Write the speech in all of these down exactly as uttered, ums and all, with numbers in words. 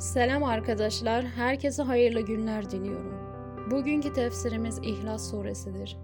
Selam arkadaşlar, herkese hayırlı günler diliyorum. Bugünkü tefsirimiz İhlas Suresidir.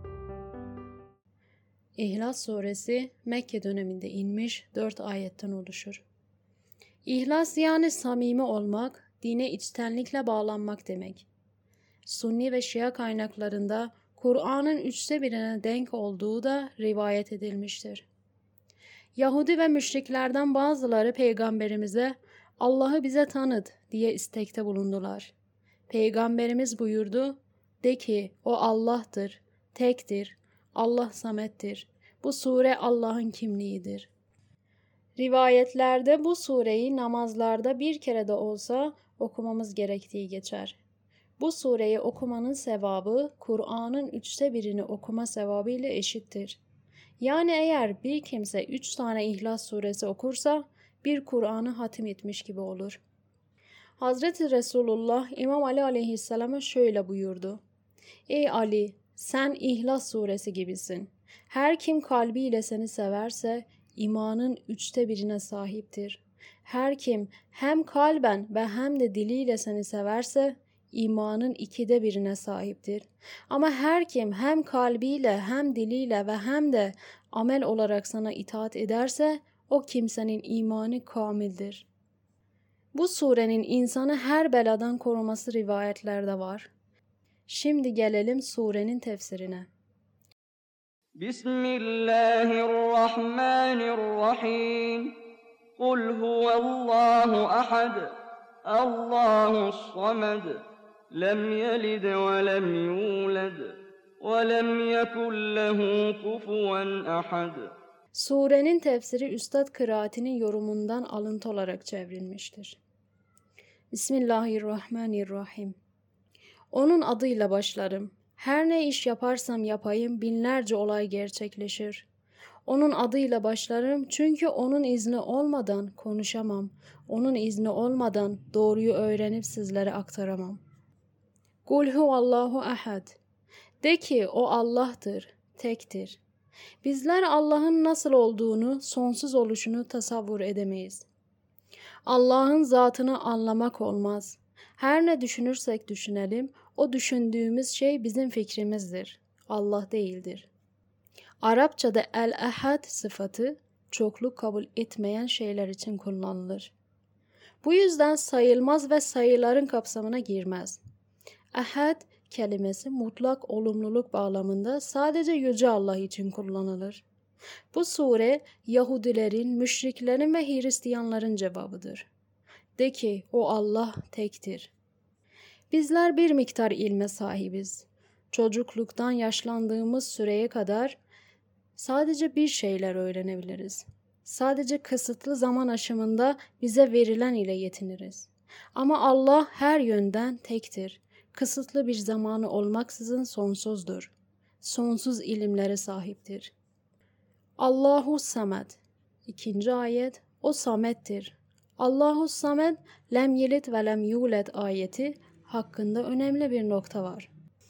İhlas Suresi, Mekke döneminde inmiş dört ayetten oluşur. İhlas yani samimi olmak, dine içtenlikle bağlanmak demek. Sunni ve Şia kaynaklarında Kur'an'ın üçte birine denk olduğu da rivayet edilmiştir. Yahudi ve müşriklerden bazıları peygamberimize Allah'ı bize tanıt diye istekte bulundular. Peygamberimiz buyurdu, de ki o Allah'tır, tektir, Allah samettir. Bu sure Allah'ın kimliğidir. Rivayetlerde bu sureyi namazlarda bir kere de olsa okumamız gerektiği geçer. Bu sureyi okumanın sevabı Kur'an'ın üçte birini okuma sevabı ile eşittir. Yani eğer bir kimse üç tane İhlas suresi okursa bir Kur'an'ı hatim etmiş gibi olur. Hazreti Resulullah İmam Ali aleyhisselama şöyle buyurdu. Ey Ali, sen İhlas suresi gibisin. Her kim kalbiyle seni severse imanın üçte birine sahiptir. Her kim hem kalben ve hem de diliyle seni severse imanın ikide birine sahiptir. Ama her kim hem kalbiyle hem diliyle ve hem de amel olarak sana itaat ederse o kimsenin imanı kamildir. Bu surenin insanı her beladan koruması rivayetlerde var. Şimdi gelelim surenin tefsirine. Bismillahirrahmanirrahim. Kul huvallahu ahad. Allahus-samed. Lem yelid ve lem yulad ve lem yekun lehu kufuven ahad. Surenin tefsiri Üstad Kıraati'nin yorumundan alıntı olarak çevrilmiştir. Bismillahirrahmanirrahim. Onun adıyla başlarım. Her ne iş yaparsam yapayım binlerce olay gerçekleşir. Onun adıyla başlarım çünkü onun izni olmadan konuşamam. Onun izni olmadan doğruyu öğrenip sizlere aktaramam. Kul huvallahu ahad. De ki o Allah'tır, tektir. Bizler Allah'ın nasıl olduğunu, sonsuz oluşunu tasavvur edemeyiz. Allah'ın zatını anlamak olmaz. Her ne düşünürsek düşünelim, o düşündüğümüz şey bizim fikrimizdir. Allah değildir. Arapçada el-ehad sıfatı, çokluk kabul etmeyen şeyler için kullanılır. Bu yüzden sayılmaz ve sayıların kapsamına girmez. Ehad kelimesi mutlak olumluluk bağlamında sadece Yüce Allah için kullanılır. Bu sure Yahudilerin, müşriklerin ve Hristiyanların cevabıdır. De ki o Allah tektir. Bizler bir miktar ilme sahibiz. Çocukluktan yaşlandığımız süreye kadar sadece bir şeyler öğrenebiliriz. Sadece kısıtlı zaman aşımında bize verilen ile yetiniriz. Ama Allah her yönden tektir. Kısıtlı bir zamanı olmaksızın sonsuzdur. Sonsuz ilimlere sahiptir. Allahu Samed. İkinci ayet, o Samet'tir. Allahu Samed, lem yelid ve lem yulad ayeti hakkında önemli bir nokta var.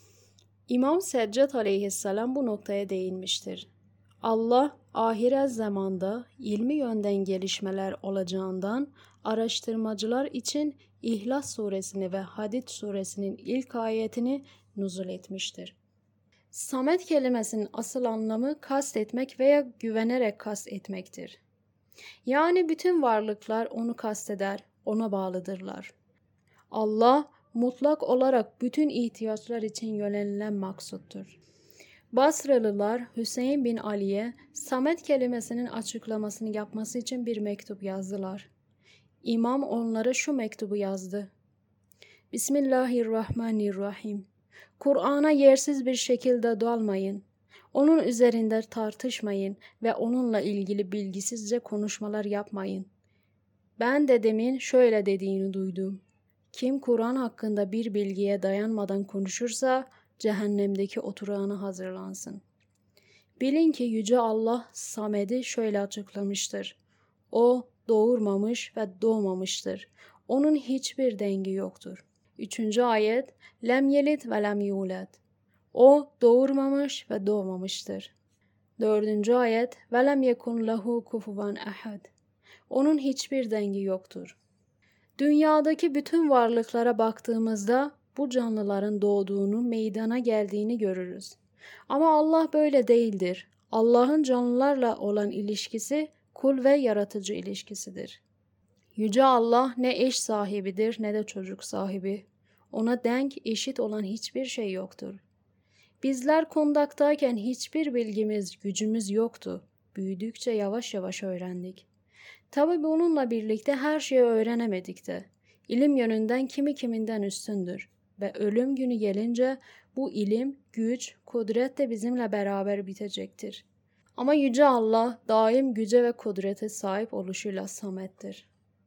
İmam Seccad aleyhisselam bu noktaya değinmiştir. Allah, ahiret zamanda ilmi yönden gelişmeler olacağından araştırmacılar için İhlas suresini ve Hadid suresinin ilk ayetini nuzul etmiştir. Samet kelimesinin asıl anlamı kastetmek veya güvenerek kastetmektir. Yani bütün varlıklar onu kasteder, ona bağlıdırlar. Allah mutlak olarak bütün ihtiyaçlar için yönelilen maksuttur. Basralılar Hüseyin bin Ali'ye Samet kelimesinin açıklamasını yapması için bir mektup yazdılar. İmam onlara şu mektubu yazdı. Bismillahirrahmanirrahim. Kur'an'a yersiz bir şekilde dalmayın. Onun üzerinde tartışmayın ve onunla ilgili bilgisizce konuşmalar yapmayın. Ben dedemin şöyle dediğini duydum. Kim Kur'an hakkında bir bilgiye dayanmadan konuşursa cehennemdeki oturağına hazırlansın. Bilin ki Yüce Allah Samed'i şöyle açıklamıştır. O doğurmamış ve doğmamıştır. Onun hiçbir dengi yoktur. Üçüncü ayet, lem yelid ve lem yulad. O doğurmamış ve doğmamıştır. Dördüncü ayet, ve lem yekun lehu kufuven ahad. Onun hiçbir dengi yoktur. Dünyadaki bütün varlıklara baktığımızda bu canlıların doğduğunu, meydana geldiğini görürüz. Ama Allah böyle değildir. Allah'ın canlılarla olan ilişkisi kul ve yaratıcı ilişkisidir. Yüce Allah ne eş sahibidir ne de çocuk sahibi. Ona denk, eşit olan hiçbir şey yoktur. Bizler kundaktayken hiçbir bilgimiz, gücümüz yoktu. Büyüdükçe yavaş yavaş öğrendik. Tabii bununla birlikte her şeyi öğrenemedik de. İlim yönünden kimi kiminden üstündür. Ve ölüm günü gelince bu ilim, güç, kudret de bizimle beraber bitecektir. Ama Yüce Allah daim güce ve kudrete sahip oluşuyla samettir.